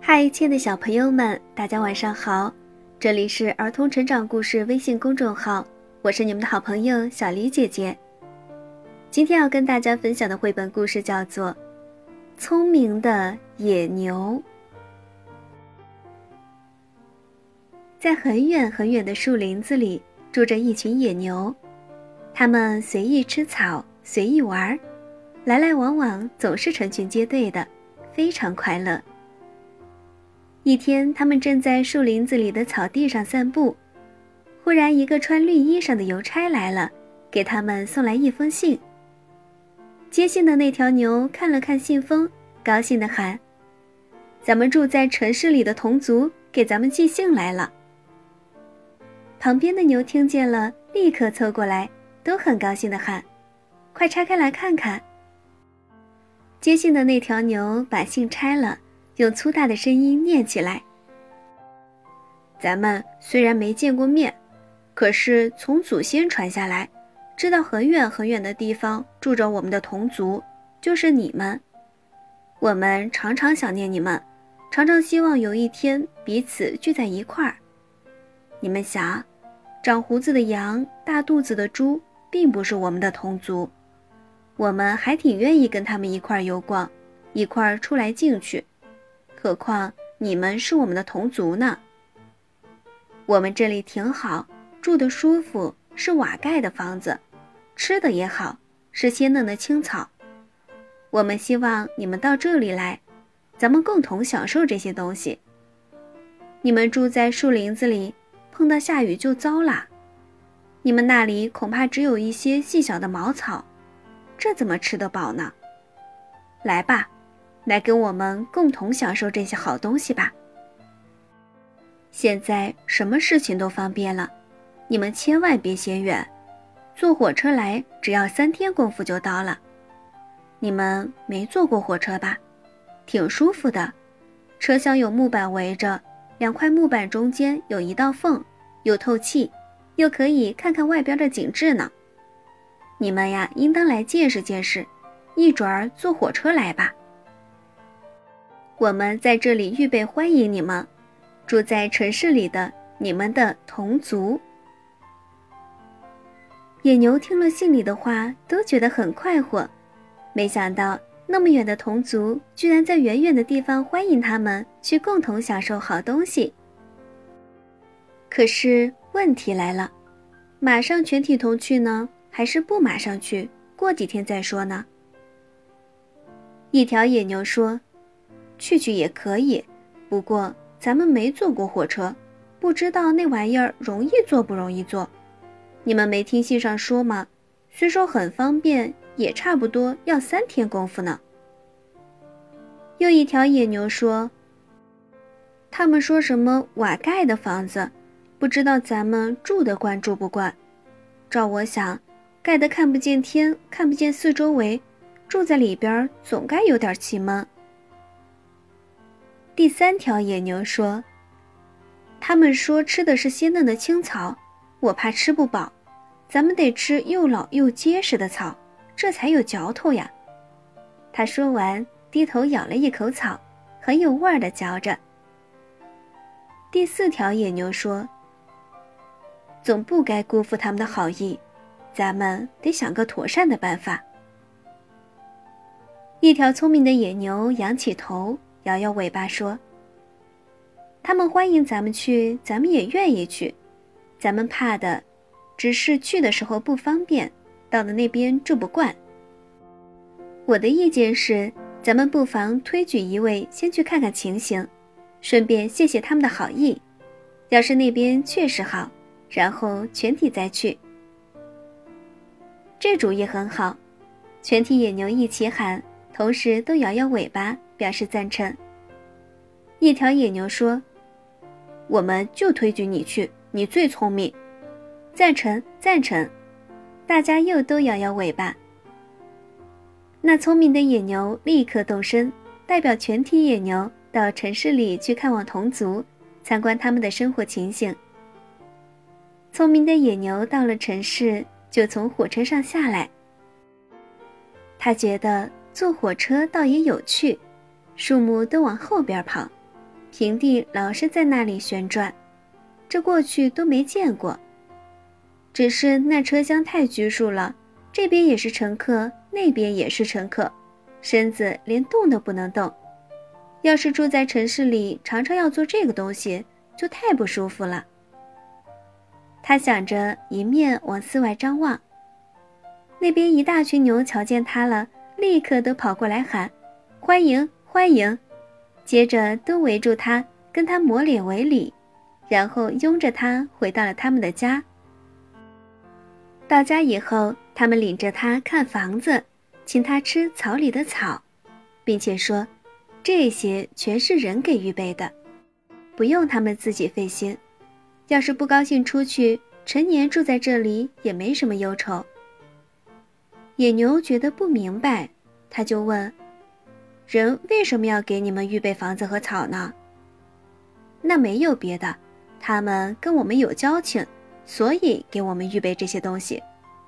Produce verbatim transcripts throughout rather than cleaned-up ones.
嗨，亲爱的小朋友们，大家晚上好！这里是儿童成长故事微信公众号，我是你们的好朋友小黎姐姐。今天要跟大家分享的绘本故事叫做《聪明的野牛》。在很远很远的树林子里，住着一群野牛，它们随意吃草，随意玩，来来往往，总是成群结队的，非常快乐。一天，他们正在树林子里的草地上散步，忽然一个穿绿衣裳的邮差来了，给他们送来一封信。接信的那条牛看了看信封，高兴地喊：咱们住在城市里的同族给咱们寄信来了。旁边的牛听见了，立刻凑过来，都很高兴地喊：快拆开来看看。接信的那条牛把信拆了，用粗大的声音念起来：咱们虽然没见过面，可是从祖先传下来，知道很远很远的地方住着我们的同族，就是你们。我们常常想念你们，常常希望有一天彼此聚在一块儿。你们想，长胡子的羊，大肚子的猪并不是我们的同族，我们还挺愿意跟他们一块儿游逛，一块儿出来进去，何况你们是我们的同族呢。我们这里挺好，住得舒服，是瓦盖的房子，吃的也好，是鲜嫩的青草。我们希望你们到这里来，咱们共同享受这些东西。你们住在树林子里，碰到下雨就糟啦。你们那里恐怕只有一些细小的茅草，这怎么吃得饱呢？来吧，来跟我们共同享受这些好东西吧。现在什么事情都方便了，你们千万别嫌远，坐火车来只要三天功夫就到了。你们没坐过火车吧？挺舒服的，车厢有木板围着，两块木板中间有一道缝，又透气，又可以看看外边的景致呢。你们呀，应当来见识见识，一准儿坐火车来吧。我们在这里预备欢迎你们，住在城市里的你们的同族。野牛听了信里的话，都觉得很快活，没想到那么远的同族居然在远远的地方欢迎他们去共同享受好东西。可是问题来了，马上全体同去呢，还是不马上去，过几天再说呢？一条野牛说：去去也可以，不过咱们没坐过火车，不知道那玩意儿容易坐不容易坐。你们没听信上说吗？虽说很方便，也差不多要三天功夫呢。又一条野牛说：他们说什么瓦盖的房子，不知道咱们住得惯住不惯。照我想，盖得看不见天，看不见四周围，住在里边总该有点气闷。第三条野牛说：他们说吃的是鲜嫩的青草，我怕吃不饱，咱们得吃又老又结实的草，这才有嚼头呀。他说完，低头咬了一口草，很有味儿地嚼着。第四条野牛说：总不该辜负他们的好意，咱们得想个妥善的办法。一条聪明的野牛仰起头，摇摇尾巴说：他们欢迎咱们去，咱们也愿意去，咱们怕的只是去的时候不方便，到了那边住不惯。我的意见是，咱们不妨推举一位先去看看情形，顺便谢谢他们的好意，要是那边确实好，然后全体再去。这主意很好，全体野牛一起喊，同时都摇摇尾巴表示赞成。一条野牛说：我们就推举你去，你最聪明。赞成赞成，大家又都摇摇尾巴。那聪明的野牛立刻动身，代表全体野牛到城市里去看望同族，参观他们的生活情形。聪明的野牛到了城市，就从火车上下来。他觉得坐火车倒也有趣，树木都往后边跑， 平地老是在那里旋转，这过去都没见过。只是那车厢太拘束了，这边也是乘客，那边也是乘客，身子连动都不能动。要是住在城市里，常常要做这个东西，就太不舒服了。他想着，一面往寺外张望。那边一大群牛瞧见他了，立刻都跑过来喊：“欢迎，欢迎！”接着都围住他，跟他抹脸为礼，然后拥着他回到了他们的家。到家以后，他们领着他看房子，请他吃草里的草，并且说这些全是人给预备的，不用他们自己费心。要是不高兴出去，陈年住在这里也没什么忧愁。野牛觉得不明白，他就问：人为什么要给你们预备房子和草呢？那没有别的，他们跟我们有交情，所以给我们预备这些东西。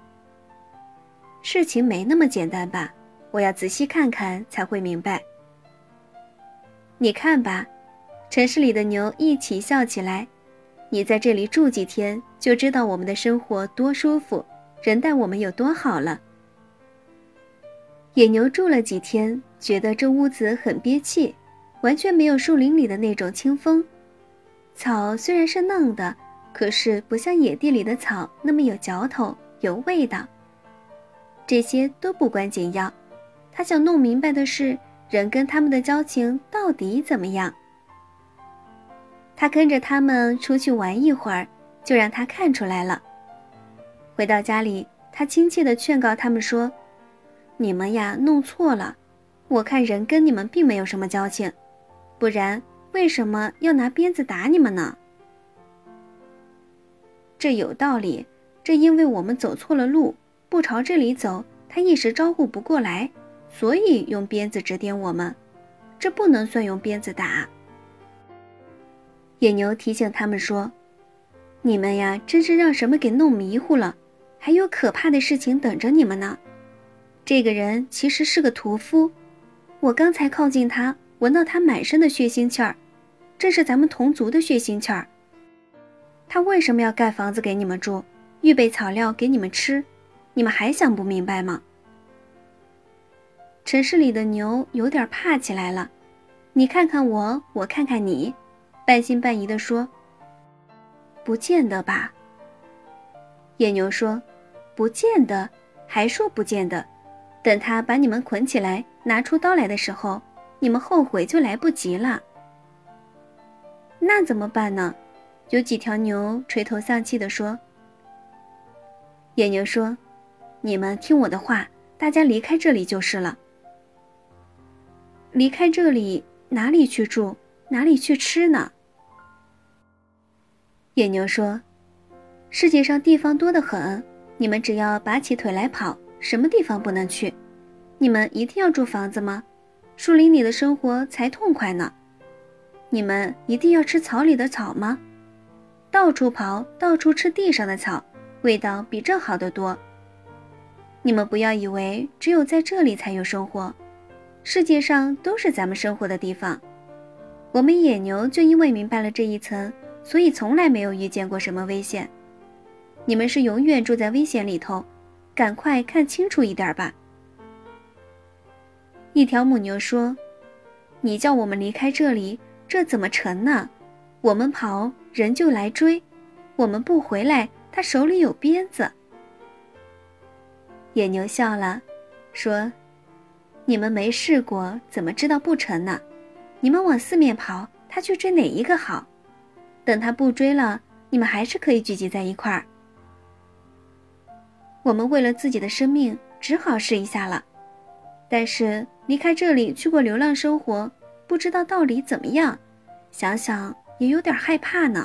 事情没那么简单吧？我要仔细看看才会明白。你看吧，城市里的牛一起笑起来。你在这里住几天，就知道我们的生活多舒服，人待我们有多好了。野牛住了几天，觉得这屋子很憋气，完全没有树林里的那种清风。草虽然是嫩的，可是不像野地里的草那么有嚼头，有味道。这些都不关紧要，他想弄明白的是，人跟他们的交情到底怎么样。他跟着他们出去玩一会儿，就让他看出来了。回到家里，他亲切地劝告他们说：你们呀，弄错了，我看人跟你们并没有什么交情，不然为什么要拿鞭子打你们呢？这有道理，这因为我们走错了路，不朝这里走，他一时招呼不过来，所以用鞭子指点我们，这不能算用鞭子打。野牛提醒他们说：你们呀，真是让什么给弄迷糊了，还有可怕的事情等着你们呢。这个人其实是个屠夫，我刚才靠近他，闻到他满身的血腥气儿，这是咱们同族的血腥气儿。他为什么要盖房子给你们住，预备草料给你们吃，你们还想不明白吗？城市里的牛有点怕起来了，你看看我，我看看你，半信半疑地说：不见得吧。野牛说：不见得，还说不见得，等他把你们捆起来，拿出刀来的时候，你们后悔就来不及了。那怎么办呢？有几条牛垂头丧气地说。野牛说：你们听我的话，大家离开这里就是了。离开这里，哪里去住，哪里去吃呢？野牛说：世界上地方多得很，你们只要拔起腿来跑，什么地方不能去？你们一定要住房子吗？树林里的生活才痛快呢。你们一定要吃草里的草吗？到处跑，到处吃地上的草，味道比这好得多。你们不要以为只有在这里才有生活，世界上都是咱们生活的地方。我们野牛就因为明白了这一层，所以从来没有遇见过什么危险。你们是永远住在危险里头，赶快看清楚一点吧。一条母牛说：你叫我们离开这里，这怎么成呢？我们跑，人就来追；我们不回来，他手里有鞭子。野牛笑了，说：你们没试过，怎么知道不成呢？你们往四面跑，他去追哪一个好？等他不追了，你们还是可以聚集在一块儿。我们为了自己的生命，只好试一下了。但是离开这里去过流浪生活，不知道到底怎么样，想想也有点害怕呢。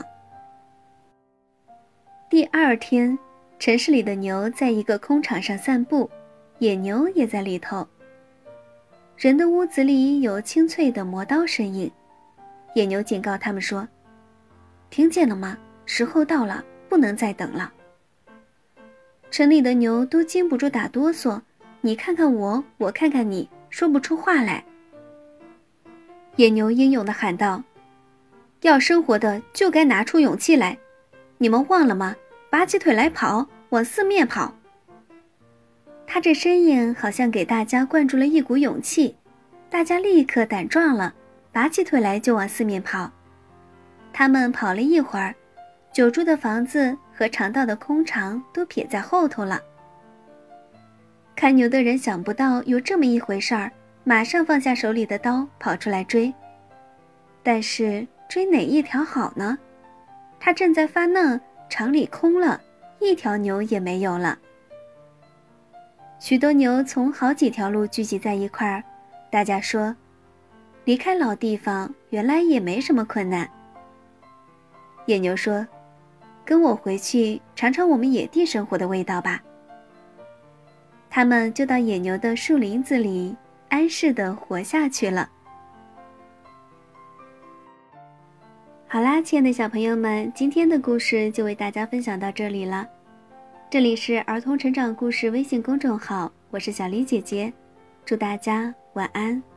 第二天，城市里的牛在一个空场上散步，野牛也在里头。人的屋子里有清脆的磨刀声音，野牛警告他们说：听见了吗？时候到了，不能再等了。城里的牛都禁不住打哆嗦，你看看我，我看看你，说不出话来。野牛英勇地喊道： 要生活的就该拿出勇气来，你们忘了吗？拔起腿来跑，往四面跑。他这身影好像给大家灌注了一股勇气，大家立刻胆壮了，拔起腿来就往四面跑。他们跑了一会儿，久住的房子和常到的空场都撇在后头了。看牛的人想不到有这么一回事儿，马上放下手里的刀跑出来追。但是追哪一条好呢？他正在发愣，场里空了，一条牛也没有了。许多牛从好几条路聚集在一块儿，大家说，离开老地方原来也没什么困难。野牛说，跟我回去尝尝我们野地生活的味道吧。他们就到野牛的树林子里安适地活下去了。好啦，亲爱的小朋友们，今天的故事就为大家分享到这里了。这里是儿童成长故事微信公众号，我是小黎姐姐，祝大家晚安。